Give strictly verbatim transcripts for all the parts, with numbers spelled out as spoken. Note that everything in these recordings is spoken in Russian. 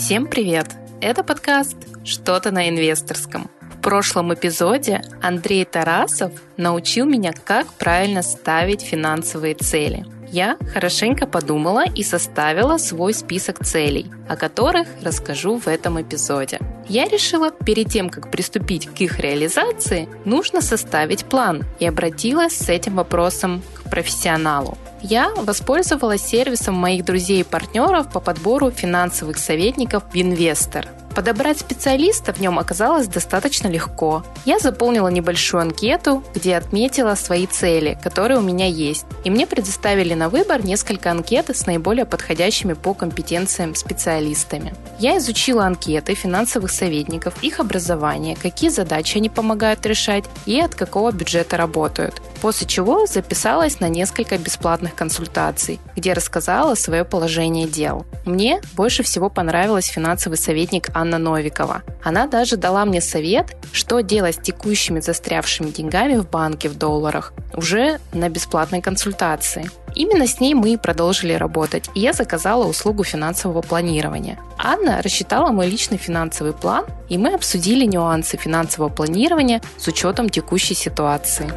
Всем привет! Это подкаст «Что-то на инвесторском». В прошлом эпизоде Андрей Тарасов научил меня, как правильно ставить финансовые цели. Я хорошенько подумала и составила свой список целей, о которых расскажу в этом эпизоде. Я решила, перед тем, как приступить к их реализации, нужно составить план и обратилась с этим вопросом к профессионалу. Я воспользовалась сервисом моих друзей и партнеров по подбору финансовых советников Винвестор. Подобрать специалиста в нем оказалось достаточно легко. Я заполнила небольшую анкету, где отметила свои цели, которые у меня есть, и мне предоставили на выбор несколько анкет с наиболее подходящими по компетенциям специалистами. Я изучила анкеты финансовых советников, их образование, какие задачи они помогают решать и от какого бюджета работают, после чего записалась на несколько бесплатных консультаций, где рассказала свое положение дел. Мне больше всего понравилась финансовый советник Анна Новикова. Она даже дала мне совет, что делать с текущими застрявшими деньгами в банке в долларах уже на бесплатной консультации. Именно с ней мы и продолжили работать, и я заказала услугу финансового планирования. Анна рассчитала мой личный финансовый план, и мы обсудили нюансы финансового планирования с учетом текущей ситуации.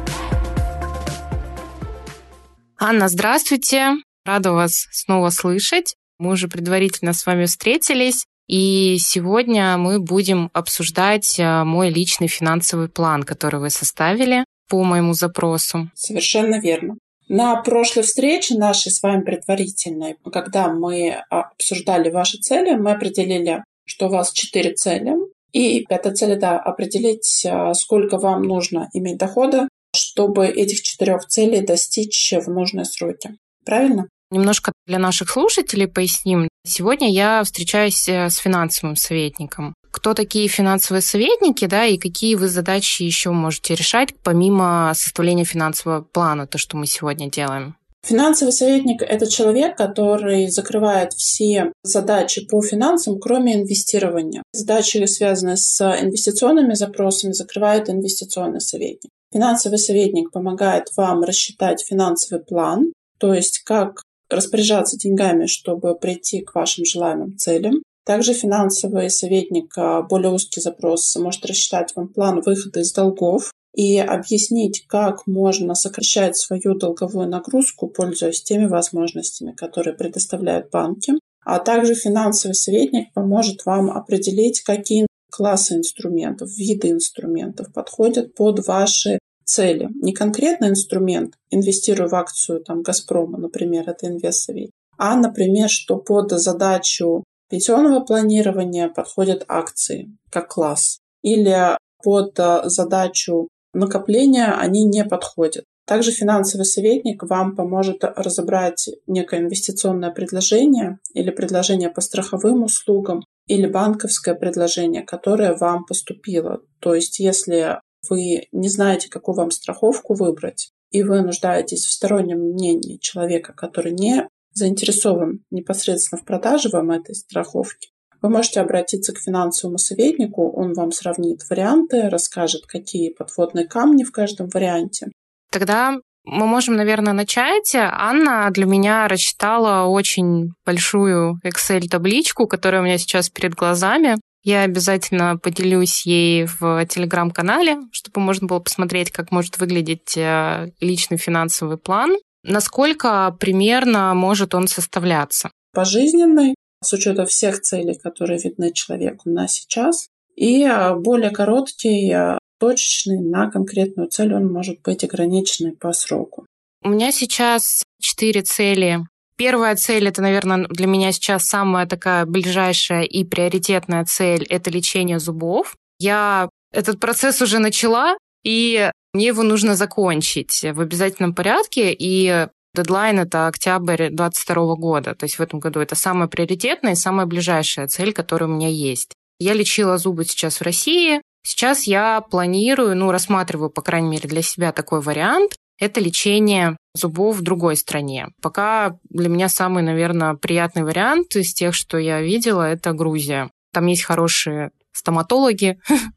Анна, здравствуйте! Рада вас снова слышать. Мы уже предварительно с вами встретились. И сегодня мы будем обсуждать мой личный финансовый план, который вы составили по моему запросу. Совершенно верно. На прошлой встрече нашей с вами предварительной, когда мы обсуждали ваши цели, мы определили, что у вас четыре цели. И пятая цель – да, определить, сколько вам нужно иметь дохода, чтобы этих четырех целей достичь в нужные сроки. Правильно? Немножко для наших слушателей поясним. Сегодня я встречаюсь с финансовым советником. Кто такие финансовые советники, да, и какие вы задачи еще можете решать, помимо составления финансового плана, то, что мы сегодня делаем? Финансовый советник – это человек, который закрывает все задачи по финансам, кроме инвестирования. Задачи, связанные с инвестиционными запросами, закрывает инвестиционный советник. Финансовый советник помогает вам рассчитать финансовый план, то есть как распоряжаться деньгами, чтобы прийти к вашим желаемым целям. Также финансовый советник, более узкий запрос, может рассчитать вам план выхода из долгов и объяснить, как можно сокращать свою долговую нагрузку, пользуясь теми возможностями, которые предоставляют банки. А также финансовый советник поможет вам определить, какие классы инструментов, виды инструментов подходят под ваши цели. Не конкретный инструмент, инвестирую в акцию там, «Газпрома», например, это инвестсовет, а, например, что под задачу пенсионного планирования подходят акции как класс. Или под задачу накопления они не подходят. Также финансовый советник вам поможет разобрать некое инвестиционное предложение или предложение по страховым услугам, или банковское предложение, которое вам поступило. То есть, если вы не знаете, какую вам страховку выбрать, и вы нуждаетесь в стороннем мнении человека, который не заинтересован непосредственно в продаже вам этой страховки, вы можете обратиться к финансовому советнику, он вам сравнит варианты, расскажет, какие подводные камни в каждом варианте. Тогда мы можем, наверное, начать. Анна для меня рассчитала очень большую Excel-табличку, которая у меня сейчас перед глазами. Я обязательно поделюсь ей в телеграм-канале, чтобы можно было посмотреть, как может выглядеть личный финансовый план, насколько примерно может он составляться. Пожизненный, с учетом всех целей, которые видны человеку на сейчас, и более короткий, точечный на конкретную цель, он может быть ограниченный по сроку. У меня сейчас четыре цели. Первая цель, это, наверное, для меня сейчас самая такая ближайшая и приоритетная цель – это лечение зубов. Я этот процесс уже начала, и мне его нужно закончить в обязательном порядке, и дедлайн – это октябрь двадцать второго года, то есть в этом году это самая приоритетная и самая ближайшая цель, которая у меня есть. Я лечила зубы сейчас в России, сейчас я планирую, ну, рассматриваю, по крайней мере, для себя такой вариант – это лечение зубов в другой стране. Пока для меня самый, наверное, приятный вариант из тех, что я видела, это Грузия. Там есть хорошие стоматологи,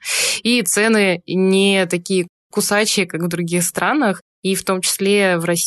и цены не такие кусачие, как в других странах, и в том числе в России.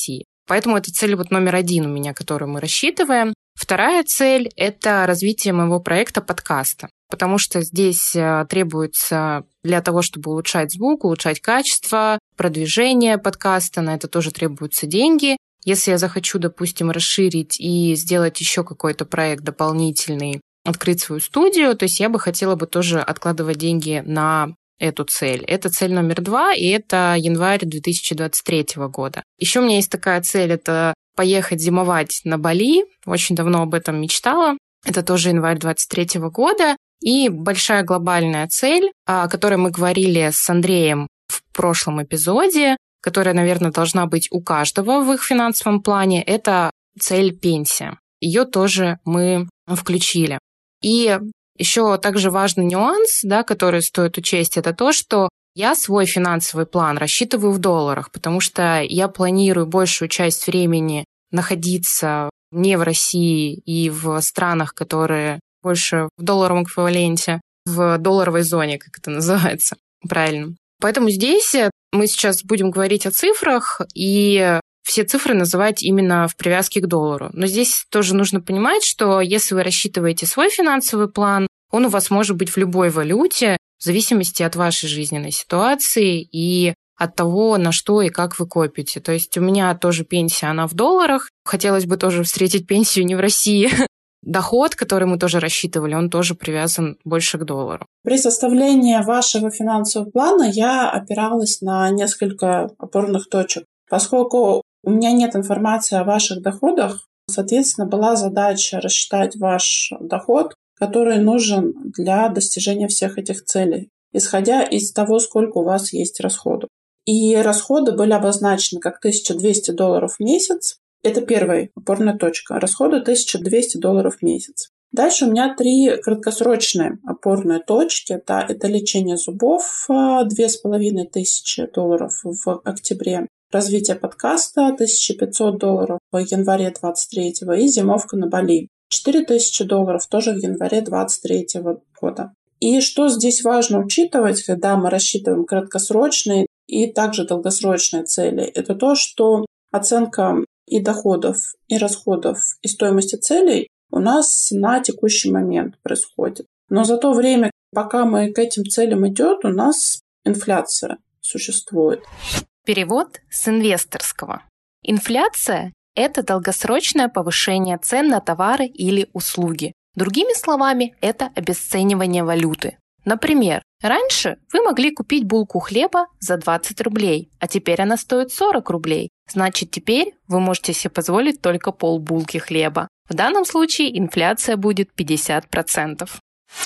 Поэтому это цель вот номер один у меня, которую мы рассчитываем. Вторая цель – это развитие моего проекта подкаста, потому что здесь требуется для того, чтобы улучшать звук, улучшать качество, продвижение подкаста, на это тоже требуются деньги. Если я захочу, допустим, расширить и сделать еще какой-то проект дополнительный, открыть свою студию, то есть я бы хотела бы тоже откладывать деньги на эту цель. Это цель номер два, и это январь две тысячи двадцать третьего года. Еще у меня есть такая цель, это поехать зимовать на Бали. Очень давно об этом мечтала. Это тоже январь двадцать третьего года. И большая глобальная цель, о которой мы говорили с Андреем в прошлом эпизоде, которая, наверное, должна быть у каждого в их финансовом плане, это цель пенсия. Ее тоже мы включили. И еще также важный нюанс, да, который стоит учесть, это то, что я свой финансовый план рассчитываю в долларах, потому что я планирую большую часть времени находиться не в России и в странах, которые больше в долларовом эквиваленте, в долларовой зоне, как это называется правильно. Поэтому здесь мы сейчас будем говорить о цифрах и все цифры называть именно в привязке к доллару. Но здесь тоже нужно понимать, что если вы рассчитываете свой финансовый план, он у вас может быть в любой валюте, в зависимости от вашей жизненной ситуации и от того, на что и как вы копите. То есть у меня тоже пенсия, она в долларах. Хотелось бы тоже встретить пенсию не в России. Доход, который мы тоже рассчитывали, он тоже привязан больше к доллару. При составлении вашего финансового плана я опиралась на несколько опорных точек. Поскольку у меня нет информации о ваших доходах, соответственно, была задача рассчитать ваш доход, который нужен для достижения всех этих целей, исходя из того, сколько у вас есть расходов. И расходы были обозначены как тысяча двести долларов в месяц. Это первая опорная точка. Расходы тысяча двести долларов в месяц. Дальше у меня три краткосрочные опорные точки. Это, это лечение зубов, две с половиной тысячи долларов в октябре. Развитие подкаста тысяча пятьсот долларов в январе двадцать третьего и зимовка на Бали четыре тысячи долларов тоже в январе двадцать третьего года. И что здесь важно учитывать, когда мы рассчитываем краткосрочные и также долгосрочные цели, это то, что оценка и доходов, и расходов, и стоимости целей у нас на текущий момент происходит. Но за то время, пока мы к этим целям идем, у нас инфляция существует. Перевод с инвесторского. Инфляция – это долгосрочное повышение цен на товары или услуги. Другими словами, это обесценивание валюты. Например, раньше вы могли купить булку хлеба за двадцать рублей, а теперь она стоит сорок рублей. Значит, теперь вы можете себе позволить только полбулки хлеба. В данном случае инфляция будет пятьдесят процентов.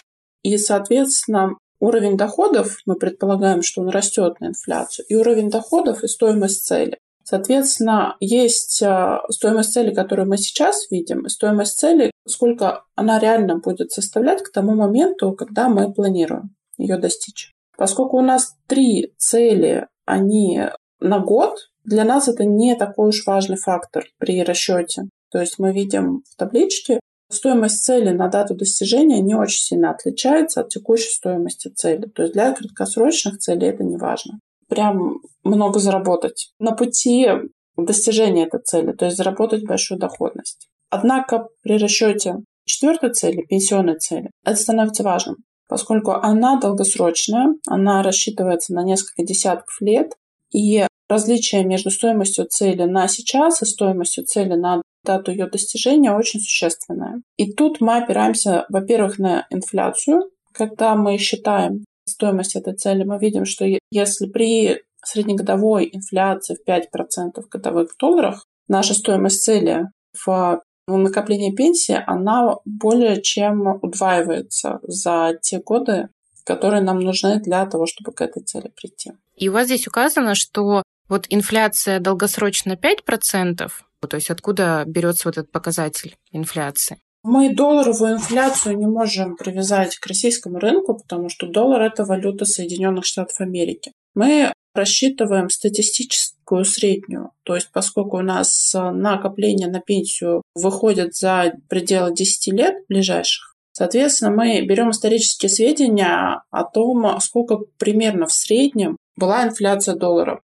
И, соответственно, уровень доходов, мы предполагаем, что он растет на инфляцию, и уровень доходов, и стоимость цели. Соответственно, есть стоимость цели, которую мы сейчас видим, и стоимость цели, сколько она реально будет составлять к тому моменту, когда мы планируем ее достичь. Поскольку у нас три цели, они на год, для нас это не такой уж важный фактор при расчете. То есть мы видим в табличке, стоимость цели на дату достижения не очень сильно отличается от текущей стоимости цели. То есть для краткосрочных целей это не важно. Прям много заработать на пути достижения этой цели, то есть заработать большую доходность. Однако при расчете четвертой цели, пенсионной цели, это становится важным, поскольку она долгосрочная, она рассчитывается на несколько десятков лет, и различие между стоимостью цели на сейчас и стоимостью цели на дату ее достижения очень существенное. И тут мы опираемся, во-первых, на инфляцию. Когда мы считаем стоимость этой цели, мы видим, что если при среднегодовой инфляции в пять процентов годовых в долларах, наша стоимость цели в накоплении пенсии, она более чем удваивается за те годы, которые нам нужны для того, чтобы к этой цели прийти. И у вас здесь указано, что вот инфляция долгосрочно пять процентов, то есть откуда берется вот этот показатель инфляции? Мы долларовую инфляцию не можем привязать к российскому рынку, потому что доллар – это валюта Соединенных Штатов Америки. Мы рассчитываем статистическую среднюю, то есть поскольку у нас накопление на пенсию выходит за пределы десяти лет ближайших, соответственно, мы берем исторические сведения о том, сколько примерно в среднем была инфляция доллара.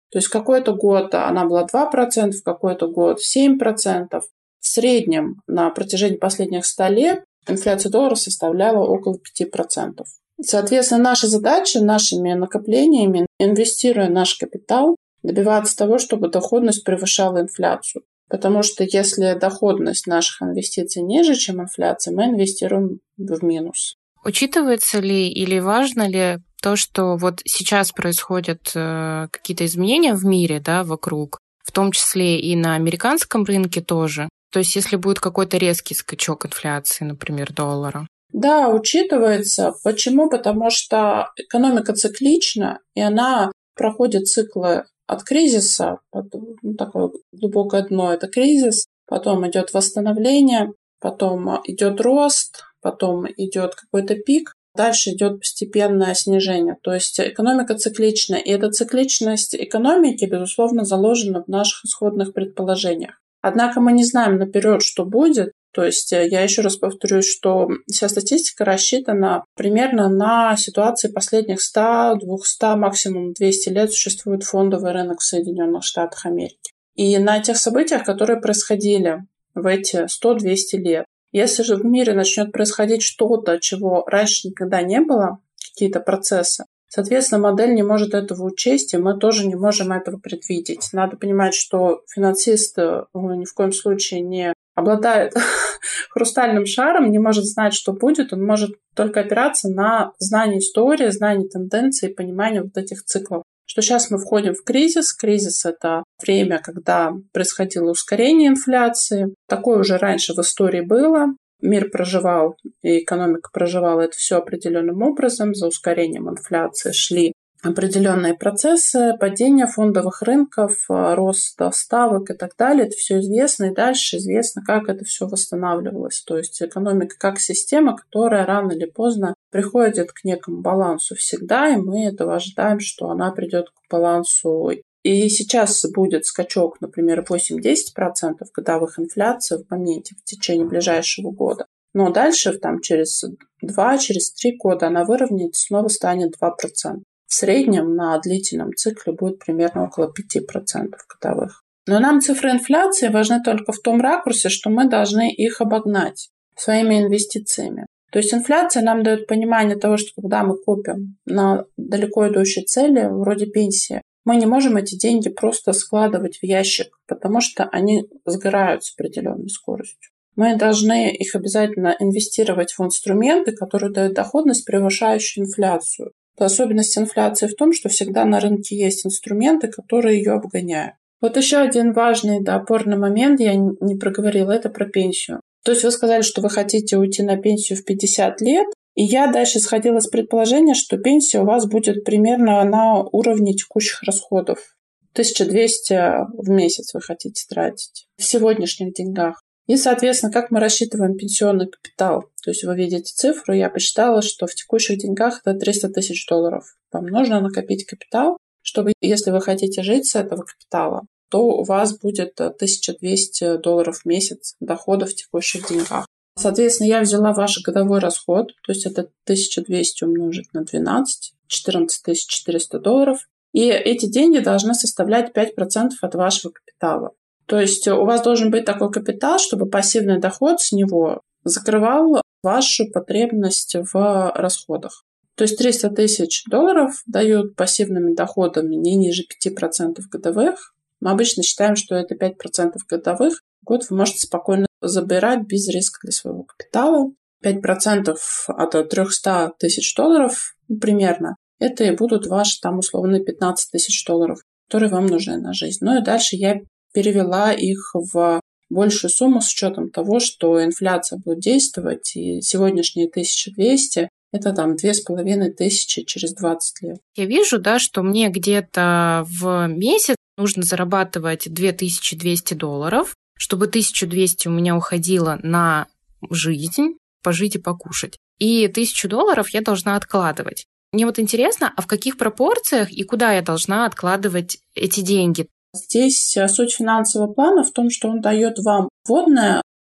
То есть какой-то год она была два процента, в какой-то год семь процентов. В среднем на протяжении последних ста лет инфляция доллара составляла около пять процентов. Соответственно, наша задача нашими накоплениями, инвестируя наш капитал, добиваться того, чтобы доходность превышала инфляцию. Потому что если доходность наших инвестиций ниже, чем инфляция, мы инвестируем в минус. Учитывается ли или важно ли то, что вот сейчас происходят э, какие-то изменения в мире, да, вокруг, в том числе и на американском рынке тоже? То есть если будет какой-то резкий скачок инфляции, например, доллара? Да, учитывается. Почему? Потому что экономика циклична, и она проходит циклы от кризиса, ну, такое глубокое дно – это кризис, потом идет восстановление, потом идет рост, потом идет какой-то пик, дальше идет постепенное снижение. То есть экономика циклична, и эта цикличность экономики, безусловно, заложена в наших исходных предположениях. Однако мы не знаем наперед, что будет. То есть я еще раз повторюсь, что вся статистика рассчитана примерно на ситуации последних ста, двухсот, максимум двухсот лет существует фондовый рынок в Соединенных Штатах Америки. И на тех событиях, которые происходили в эти сто-двести лет. Если же в мире начнет происходить что-то, чего раньше никогда не было, какие-то процессы, соответственно, модель не может этого учесть, и мы тоже не можем этого предвидеть. Надо понимать, что финансист ни в коем случае не обладает хрустальным шаром, не может знать, что будет, он может только опираться на знание истории, знание тенденций и понимание вот этих циклов. Что сейчас мы входим в кризис. Кризис – это время, когда происходило ускорение инфляции. Такое уже раньше в истории было. Мир проживал, и экономика проживала это все определенным образом. За ускорением инфляции шли определенные процессы, падение фондовых рынков, рост ставок и так далее. Это все известно, и дальше известно, как это все восстанавливалось. То есть экономика как система, которая рано или поздно приходит к некому балансу всегда, и мы этого ожидаем, что она придет к балансу. И сейчас будет скачок, например, восемь-десять процентов годовых инфляции в моменте, в течение ближайшего года. Но дальше, там, через два, через три года она выровняется, снова станет два процента. В среднем на длительном цикле будет примерно около пять процентов годовых. Но нам цифры инфляции важны только в том ракурсе, что мы должны их обогнать своими инвестициями. То есть инфляция нам дает понимание того, что когда мы копим на далеко идущие цели, вроде пенсии, мы не можем эти деньги просто складывать в ящик, потому что они сгорают с определенной скоростью. Мы должны их обязательно инвестировать в инструменты, которые дают доходность, превышающую инфляцию. Особенность инфляции в том, что всегда на рынке есть инструменты, которые ее обгоняют. Вот еще один важный, да, опорный момент, я не проговорила, это про пенсию. То есть вы сказали, что вы хотите уйти на пенсию в пятьдесят лет, и я дальше сходила с предположения, что пенсия у вас будет примерно на уровне текущих расходов. тысяча двести в месяц вы хотите тратить в сегодняшних деньгах. И, соответственно, как мы рассчитываем пенсионный капитал? То есть вы видите цифру, я посчитала, что в текущих деньгах это триста тысяч долларов. Вам нужно накопить капитал, чтобы, если вы хотите жить с этого капитала, то у вас будет тысяча двести долларов в месяц дохода в текущих деньгах. Соответственно, я взяла ваш годовой расход, то есть это тысяча двести умножить на двенадцать, четырнадцать тысяч четыреста долларов. И эти деньги должны составлять пять процентов от вашего капитала. То есть у вас должен быть такой капитал, чтобы пассивный доход с него закрывал вашу потребность в расходах. То есть триста тысяч долларов дают пассивными доходами не ниже пять процентов годовых. Мы обычно считаем, что это пять процентов годовых. В год вы можете спокойно забирать без риска для своего капитала. пять процентов от триста тысяч долларов примерно. Это и будут ваши там условно пятнадцать тысяч долларов, которые вам нужны на жизнь. Ну и дальше я перевела их в большую сумму с учетом того, что инфляция будет действовать, и сегодняшние тысяча двести – это там две с половиной тысячи через двадцать лет. Я вижу, да, что мне где-то в месяц нужно зарабатывать две тысячи двести долларов, чтобы тысяча двести у меня уходило на жизнь, пожить и покушать. И тысячу долларов я должна откладывать. Мне вот интересно, а в каких пропорциях и куда я должна откладывать эти деньги? Здесь суть финансового плана в том, что он дает вам вводное,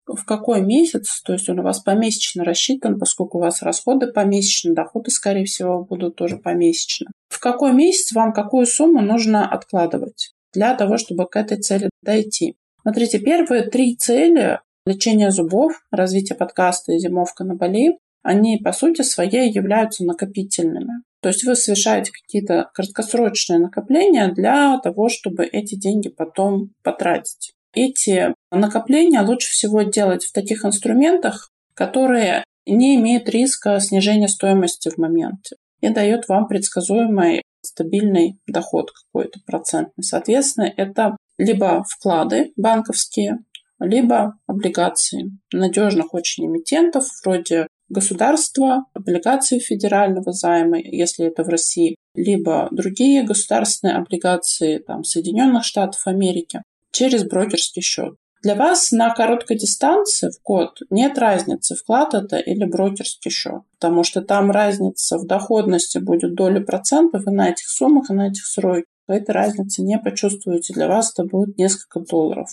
в какой месяц, то есть он у вас помесячно рассчитан, поскольку у вас расходы помесячно, доходы, скорее всего, будут тоже помесячно. В какой месяц вам какую сумму нужно откладывать для того, чтобы к этой цели дойти? Смотрите, первые три цели – лечение зубов, развитие подкаста и зимовка на Бали – они, по сути своей, являются накопительными. То есть вы совершаете какие-то краткосрочные накопления для того, чтобы эти деньги потом потратить. Эти накопления лучше всего делать в таких инструментах, которые не имеют риска снижения стоимости в моменте и дает вам предсказуемый стабильный доход какой-то процентный. Соответственно, это либо вклады банковские, либо облигации надежных очень эмитентов вроде государства, облигации федерального займа, если это в России, либо другие государственные облигации там, Соединенных Штатов Америки через брокерский счет. Для вас на короткой дистанции в год нет разницы, вклад это или брокерский счет, потому что там разница в доходности будет доля процентов и на этих суммах, и на этих сроках. Вы этой разницы не почувствуете, для вас это будет несколько долларов.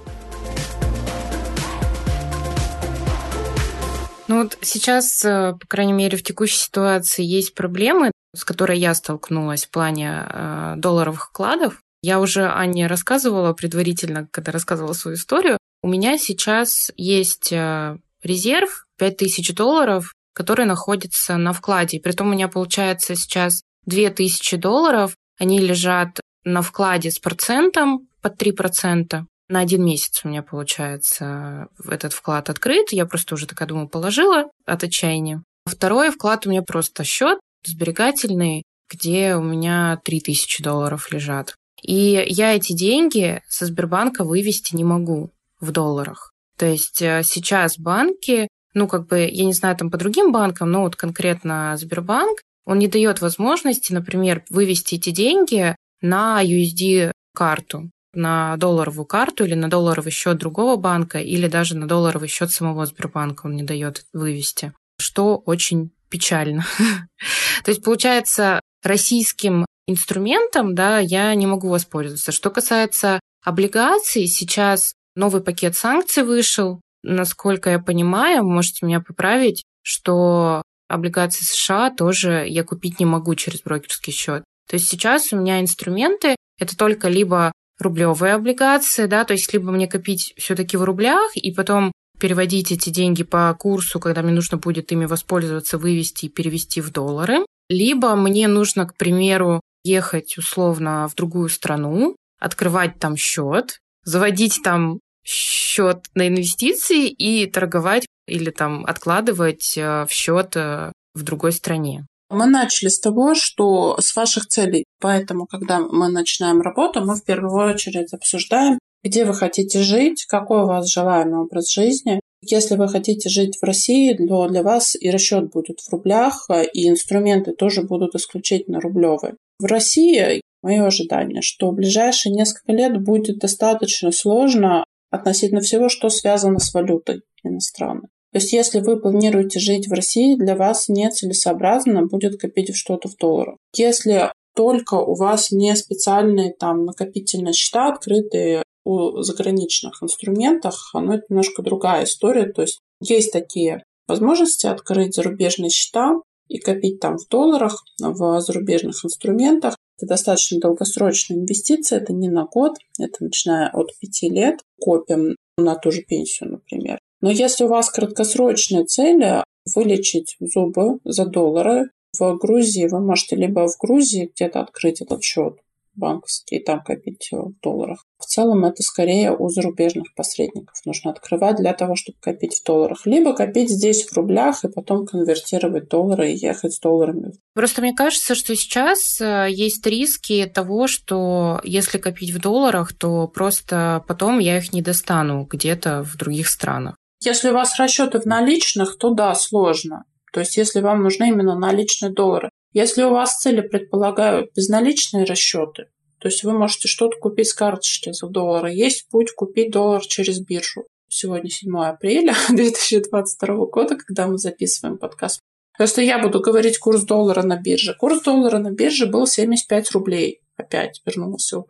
Ну вот сейчас, по крайней мере, в текущей ситуации есть проблемы, с которой я столкнулась в плане э, долларовых вкладов. Я уже Анне рассказывала предварительно, когда рассказывала свою историю. У меня сейчас есть э, резерв пять тысяч долларов, который находится на вкладе. Притом у меня получается сейчас две тысячи долларов, они лежат на вкладе с процентом под три процента. На один месяц у меня, получается, этот вклад открыт. Я просто уже такая, думаю, положила от отчаяния. Второй вклад у меня просто счет сберегательный, где у меня три тысячи долларов лежат. И я эти деньги со Сбербанка вывести не могу в долларах. То есть сейчас банки, ну, как бы, я не знаю, там по другим банкам, но вот конкретно Сбербанк, он не дает возможности, например, вывести эти деньги на ю эс ди-карту. На долларовую карту или на долларовый счет другого банка, или даже на долларовый счет самого Сбербанка он не дает вывести, что очень печально. То есть, получается, российским инструментом, да, я не могу воспользоваться. Что касается облигаций, сейчас новый пакет санкций вышел. Насколько я понимаю, можете меня поправить, что облигации США тоже я купить не могу через брокерский счет. То есть сейчас у меня инструменты это только либо рублевые облигации, да, то есть либо мне копить все-таки в рублях и потом переводить эти деньги по курсу, когда мне нужно будет ими воспользоваться, вывести и перевести в доллары, либо мне нужно, к примеру, ехать условно в другую страну, открывать там счет, заводить там счет на инвестиции и торговать или там откладывать в счет в другой стране. Мы начали с того, что с ваших целей. Поэтому, когда мы начинаем работу, мы в первую очередь обсуждаем, где вы хотите жить, какой у вас желаемый образ жизни. Если вы хотите жить в России, то для вас и расчет будет в рублях, и инструменты тоже будут исключительно рублевые. В России мое ожидание, что в ближайшие несколько лет будет достаточно сложно относительно всего, что связано с валютой иностранной. То есть, если вы планируете жить в России, для вас нецелесообразно будет копить что-то в долларах. Если только у вас не специальные там накопительные счета, открытые у заграничных инструментах, но это немножко другая история. То есть, есть такие возможности открыть зарубежные счета и копить там в долларах, в зарубежных инструментах. Это достаточно долгосрочная инвестиция, это не на год, это начиная от пяти лет, копим на ту же пенсию, например. Но если у вас краткосрочные цели вылечить зубы за доллары в Грузии, вы можете либо в Грузии где-то открыть этот счет банковский и там копить в долларах. В целом это скорее у зарубежных посредников нужно открывать для того, чтобы копить в долларах. Либо копить здесь в рублях и потом конвертировать доллары и ехать с долларами. Просто мне кажется, что сейчас есть риски того, что если копить в долларах, то просто потом я их не достану где-то в других странах. Если у вас расчеты в наличных, то да, сложно. То есть, если вам нужны именно наличные доллары. Если у вас цели предполагают безналичные расчеты, то есть вы можете что-то купить с карточки за доллары. Есть путь купить доллар через биржу. Сегодня седьмое апреля две тысячи двадцать второго года, когда мы записываем подкаст. Просто я буду говорить курс доллара на бирже. Курс доллара на бирже был семьдесят пять рублей. Опять вернулся, упал.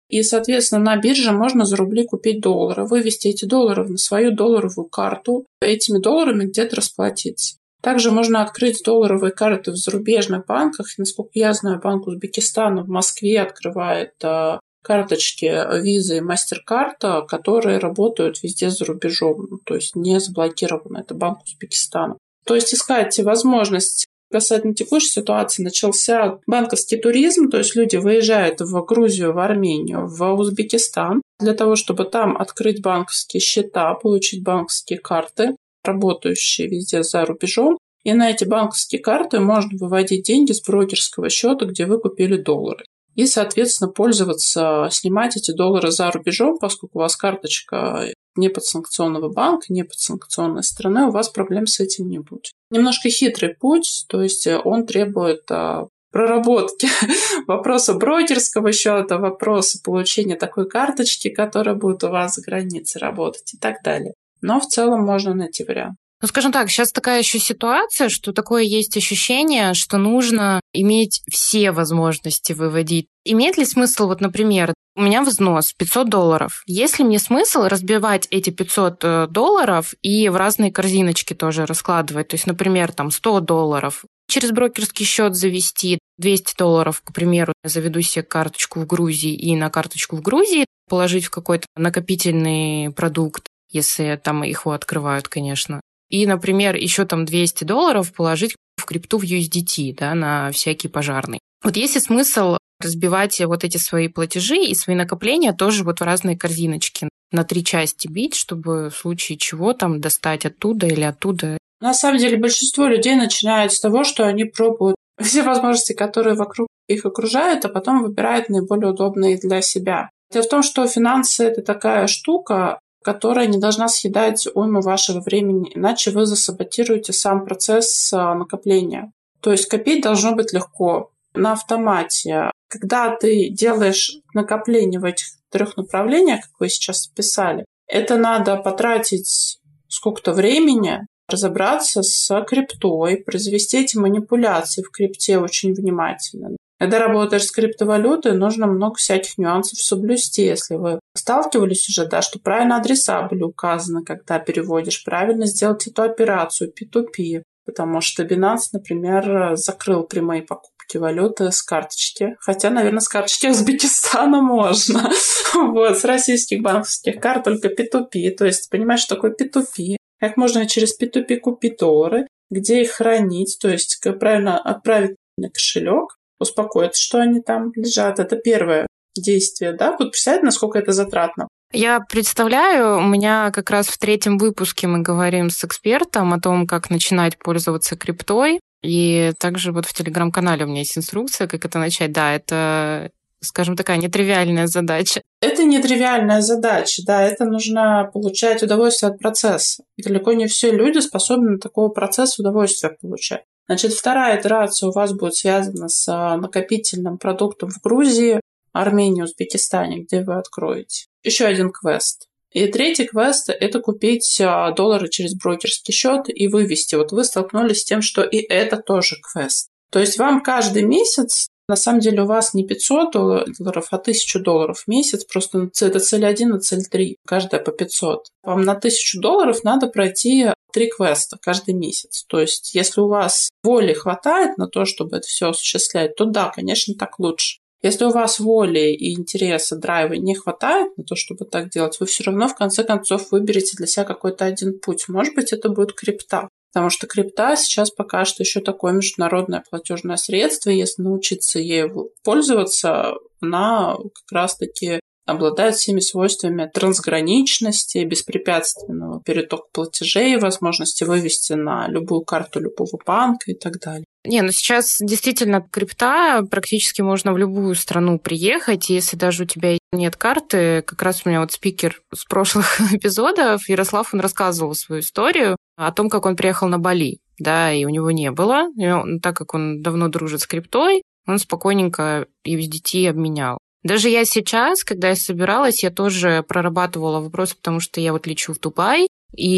И, соответственно, на бирже можно за рубли купить доллары, вывести эти доллары на свою долларовую карту, этими долларами где-то расплатиться. Также можно открыть долларовые карты в зарубежных банках. Насколько я знаю, Банк Узбекистана в Москве открывает карточки Visa и MasterCard, которые работают везде за рубежом, то есть не заблокированы. Это Банк Узбекистана. То есть искать возможность. Касательно текущей ситуации начался банковский туризм, то есть люди выезжают в Грузию, в Армению, в Узбекистан для того, чтобы там открыть банковские счета, получить банковские карты, работающие везде за рубежом. И на эти банковские карты можно выводить деньги с брокерского счета, где вы купили доллары. И, соответственно, пользоваться, снимать эти доллары за рубежом, поскольку у вас карточка не подсанкционного банка, не подсанкционной страны, у вас проблем с этим не будет. Немножко хитрый путь, то есть он требует а, проработки вопроса брокерского счета, вопроса получения такой карточки, которая будет у вас за границей работать и так далее. Но в целом можно найти вариант. Ну, скажем так, сейчас такая еще ситуация, что такое есть ощущение, что нужно иметь все возможности выводить. Имеет ли смысл, вот, например, у меня взнос пятьсот долларов. Есть ли мне смысл разбивать эти пятьсот долларов и в разные корзиночки тоже раскладывать? То есть, например, там сто долларов через брокерский счет завести, двести долларов, к примеру, заведу себе карточку в Грузии и на карточку в Грузии положить в какой-то накопительный продукт, если там их открывают, конечно. И, например, еще там двести долларов положить в крипту в ю эс ди ти, да, на всякий пожарный. Вот есть ли смысл разбивать вот эти свои платежи и свои накопления тоже вот в разные корзиночки, на три части бить, чтобы в случае чего там достать оттуда или оттуда? На самом деле большинство людей начинают с того, что они пробуют все возможности, которые вокруг их окружают, а потом выбирают наиболее удобные для себя. Дело в том, что финансы – это такая штука, которая не должна съедать уйму вашего времени, иначе вы засаботируете сам процесс накопления. То есть копить должно быть легко, на автомате. Когда ты делаешь накопление в этих трех направлениях, как вы сейчас описали, это надо потратить сколько-то времени, разобраться с криптой, произвести эти манипуляции в крипте очень внимательно. Когда работаешь с криптовалютой, нужно много всяких нюансов соблюсти, если вы сталкивались уже, да, что правильно адреса были указаны, когда переводишь, правильно сделать эту операцию пи ту пи, потому что Binance, например, закрыл прямые покупки валюты с карточки, хотя, наверное, с карточки Узбекистана можно, вот, с российских банковских карт только пи ту пи, то есть понимаешь, что такое пи ту пи, как можно через пи ту пи купить доллары, где их хранить, то есть как правильно отправить на кошелек, успокоиться, что они там лежат. Это первое действие, да? Вот представьте, насколько это затратно. Я представляю, у меня как раз в третьем выпуске мы говорим с экспертом о том, как начинать пользоваться криптой. И также вот в Телеграм-канале у меня есть инструкция, как это начать. Да, это, скажем, такая нетривиальная задача. Это нетривиальная задача, да, это нужно получать удовольствие от процесса. Далеко не все люди способны на такого процесса удовольствие получать. Значит, вторая итерация у вас будет связана с накопительным продуктом в Грузии, Армении, Узбекистане, где вы откроете. Еще один квест. И третий квест – это купить доллары через брокерский счет и вывести. Вот вы столкнулись с тем, что и это тоже квест. То есть вам каждый месяц, на самом деле у вас не пятьсот долларов, а тысячу долларов в месяц. Просто это цель один и цель три, каждая по пятьсот. Вам на тысячу долларов надо пройти три квеста каждый месяц. То есть если у вас воли хватает на то, чтобы это все осуществлять, то да, конечно, так лучше. Если у вас воли и интереса, драйва не хватает на то, чтобы так делать, вы все равно в конце концов выберете для себя какой-то один путь. Может быть, это будет крипта. Потому что крипта сейчас пока что еще такое международное платежное средство. Если научиться ею пользоваться, она как раз-таки обладает всеми свойствами трансграничности, беспрепятственного перетока платежей, возможности вывести на любую карту любого банка и так далее. Не, ну сейчас действительно крипта, практически можно в любую страну приехать, если даже у тебя нет карты. Как раз у меня вот спикер с прошлых эпизодов, Ярослав, он рассказывал свою историю о том, как он приехал на Бали, да, и у него не было. И он, так как он давно дружит с криптой, он спокойненько ю эс ди ти обменял. Даже я сейчас, когда я собиралась, я тоже прорабатывала вопрос, потому что я вот лечу в Дубай,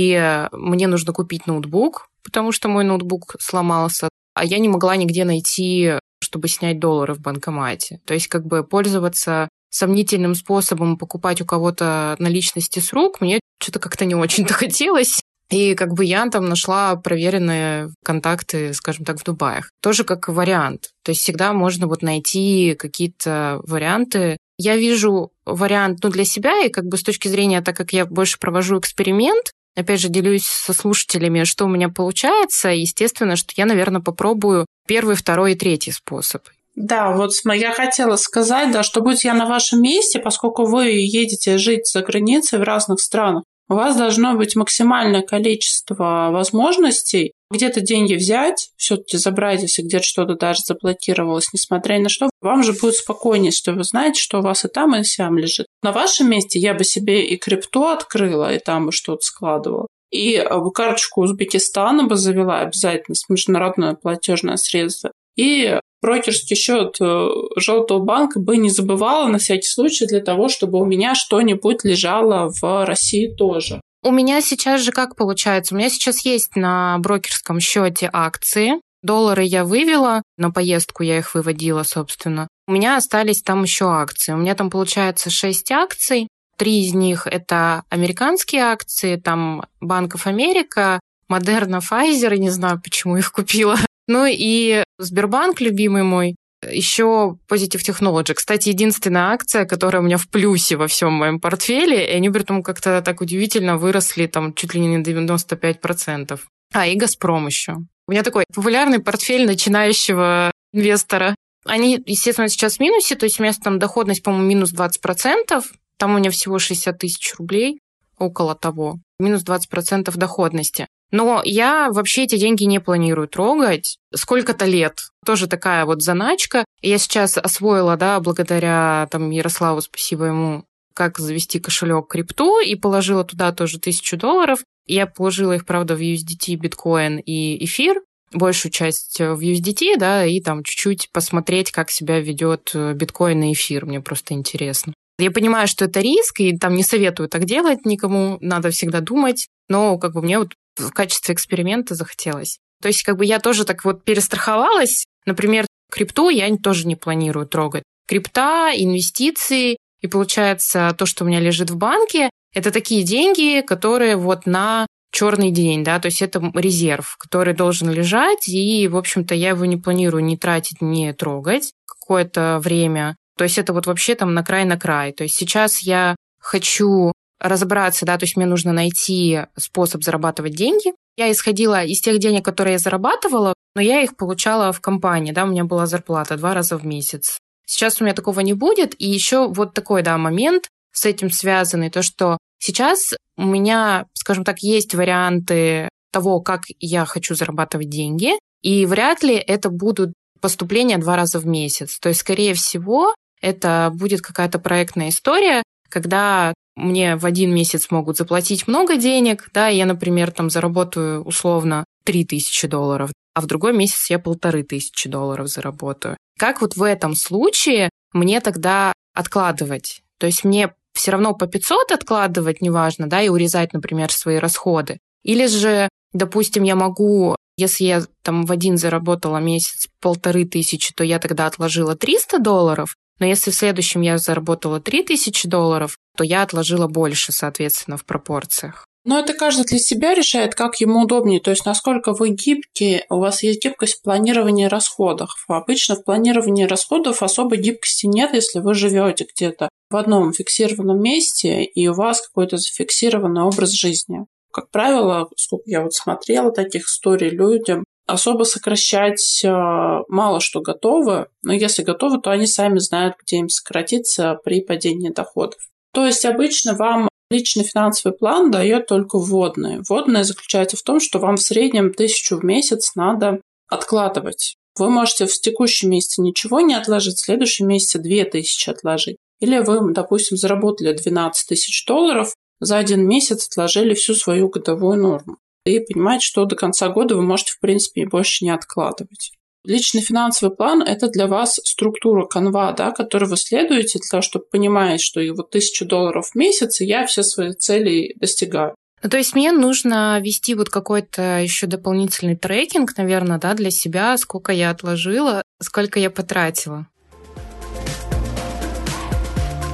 и мне нужно купить ноутбук, потому что мой ноутбук сломался, а я не могла нигде найти, чтобы снять доллары в банкомате. То есть как бы пользоваться сомнительным способом покупать у кого-то наличности с рук, мне что-то как-то не очень-то хотелось. И как бы я там нашла проверенные контакты, скажем так, в Дубаях. Тоже как вариант. То есть всегда можно вот найти какие-то варианты. Я вижу вариант, ну, для себя, и как бы с точки зрения, так как я больше провожу эксперимент, опять же, делюсь со слушателями, что у меня получается. Естественно, что я, наверное, попробую первый, второй и третий способ. Да, вот я хотела сказать, да, что будь я на вашем месте, поскольку вы едете жить за границей в разных странах, у вас должно быть максимальное количество возможностей где-то деньги взять, все-таки забрать, если где-то что-то даже заблокировалось, несмотря ни на что, вам же будет спокойнее, что вы знаете, что у вас и там, и сям лежит. На вашем месте я бы себе и крипту открыла, и там бы что-то складывала, и карточку Узбекистана бы завела обязательно с международное платежное средство, и брокерский счет желтого банка бы не забывала на всякий случай для того, чтобы у меня что-нибудь лежало в России тоже. У меня сейчас же как получается? У меня сейчас есть на брокерском счете акции. Доллары я вывела, на поездку я их выводила, собственно. У меня остались там еще акции. У меня там получается шесть акций. Три из них это американские акции, там Bank of America, Moderna, Pfizer, не знаю, почему их купила. Ну и Сбербанк, любимый мой, еще Positive Technology. Кстати, единственная акция, которая у меня в плюсе во всем моем портфеле, и они при том как-то так удивительно выросли, там чуть ли не на девяносто пять процентов. А, и Газпром еще. У меня такой популярный портфель начинающего инвестора. Они, естественно, сейчас в минусе, то есть у меня там доходность, по-моему, минус двадцать процентов. Там у меня всего шестьдесят тысяч рублей, около того. Минус двадцать процентов доходности. Но я вообще эти деньги не планирую трогать. Сколько-то лет. Тоже такая вот заначка. Я сейчас освоила, да, благодаря там Ярославу, спасибо ему, как завести кошелек крипту, и положила туда тоже тысячу долларов. Я положила их, правда, в ю эс ди ти, биткоин и эфир. Большую часть в ю эс ди ти, да, и там чуть-чуть посмотреть, как себя ведет биткоин и эфир. Мне просто интересно. Я понимаю, что это риск, и там не советую так делать никому. Надо всегда думать. Но как бы мне вот в качестве эксперимента захотелось. То есть как бы я тоже так вот перестраховалась. Например, крипту я тоже не планирую трогать. Крипта, инвестиции, и получается то, что у меня лежит в банке, это такие деньги, которые вот на черный день, да, то есть это резерв, который должен лежать, и, в общем-то, я его не планирую ни тратить, ни трогать какое-то время. То есть это вот вообще там на край на край. То есть сейчас я хочу разобраться, да, то есть мне нужно найти способ зарабатывать деньги. Я исходила из тех денег, которые я зарабатывала, но я их получала в компании, да, у меня была зарплата два раза в месяц. Сейчас у меня такого не будет, и еще вот такой, да, момент с этим связанный, то, что сейчас у меня, скажем так, есть варианты того, как я хочу зарабатывать деньги, и вряд ли это будут поступления два раза в месяц. То есть, скорее всего, это будет какая-то проектная история, когда мне в один месяц могут заплатить много денег, да, и я, например, там заработаю условно три тысячи долларов, а в другой месяц я полторы тысячи долларов заработаю. Как вот в этом случае мне тогда откладывать? То есть мне все равно по пятьсот откладывать, неважно, да, и урезать, например, свои расходы. Или же, допустим, я могу, если я там в один заработала месяц полторы тысячи, то я тогда отложила триста долларов, но если в следующем я заработала три тысячи долларов, то я отложила больше, соответственно, в пропорциях. Но это каждый для себя решает, как ему удобнее. То есть, насколько вы гибкие, у вас есть гибкость в планировании расходов. Обычно в планировании расходов особой гибкости нет, если вы живете где-то в одном фиксированном месте, и у вас какой-то зафиксированный образ жизни. Как правило, сколько я вот смотрела таких историй, людям особо сокращать мало что готовы, но если готовы, то они сами знают, где им сократиться при падении доходов. То есть обычно вам личный финансовый план дает только вводные. Вводное заключается в том, что вам в среднем тысячу в месяц надо откладывать. Вы можете в текущем месяце ничего не отложить, в следующем месяце две тысячи отложить. Или вы, допустим, заработали двенадцать тысяч долларов, за один месяц отложили всю свою годовую норму. И понимаете, что до конца года вы можете, в принципе, и больше не откладывать. Личный финансовый план – это для вас структура канва, да, которой вы следуете для того, чтобы понимать, что и вот тысячу долларов в месяц, и я все свои цели достигаю. Ну, то есть мне нужно вести вот какой-то еще дополнительный трекинг, наверное, да, для себя, сколько я отложила, сколько я потратила.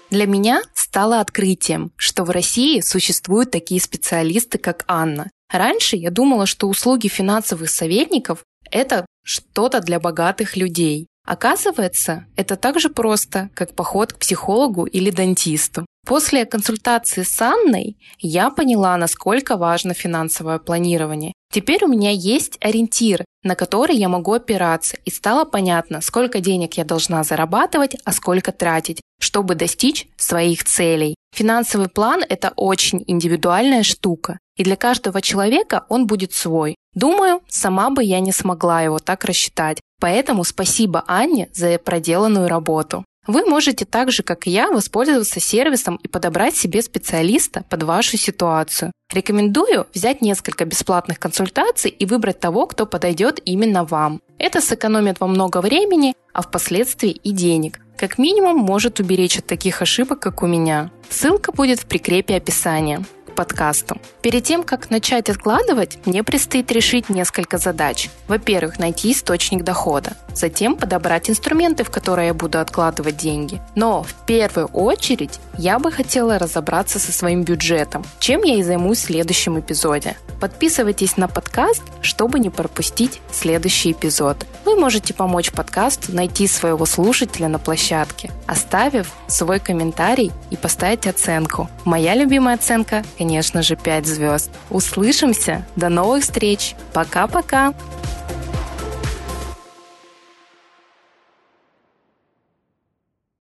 Для меня стало открытием, что в России существуют такие специалисты, как Анна. Раньше я думала, что услуги финансовых советников – это что-то для богатых людей. Оказывается, это так же просто, как поход к психологу или дантисту. После консультации с Анной я поняла, насколько важно финансовое планирование. Теперь у меня есть ориентир, на который я могу опираться, и стало понятно, сколько денег я должна зарабатывать, а сколько тратить, чтобы достичь своих целей. Финансовый план – это очень индивидуальная штука, и для каждого человека он будет свой. Думаю, сама бы я не смогла его так рассчитать, поэтому спасибо Анне за проделанную работу. Вы можете так же, как и я, воспользоваться сервисом и подобрать себе специалиста под вашу ситуацию. Рекомендую взять несколько бесплатных консультаций и выбрать того, кто подойдет именно вам. Это сэкономит вам много времени, а впоследствии и денег. Как минимум, может уберечь от таких ошибок, как у меня. Ссылка будет в прикрепе описания к подкасту. Перед тем, как начать откладывать, мне предстоит решить несколько задач. Во-первых, найти источник дохода. Затем подобрать инструменты, в которые я буду откладывать деньги. Но в первую очередь я бы хотела разобраться со своим бюджетом, чем я и займусь в следующем эпизоде. Подписывайтесь на подкаст, чтобы не пропустить следующий эпизод. Вы можете помочь подкасту найти своего слушателя на площадке, оставив свой комментарий и поставить оценку. Моя любимая оценка, конечно же, пять звезд. Услышимся! До новых встреч! Пока-пока!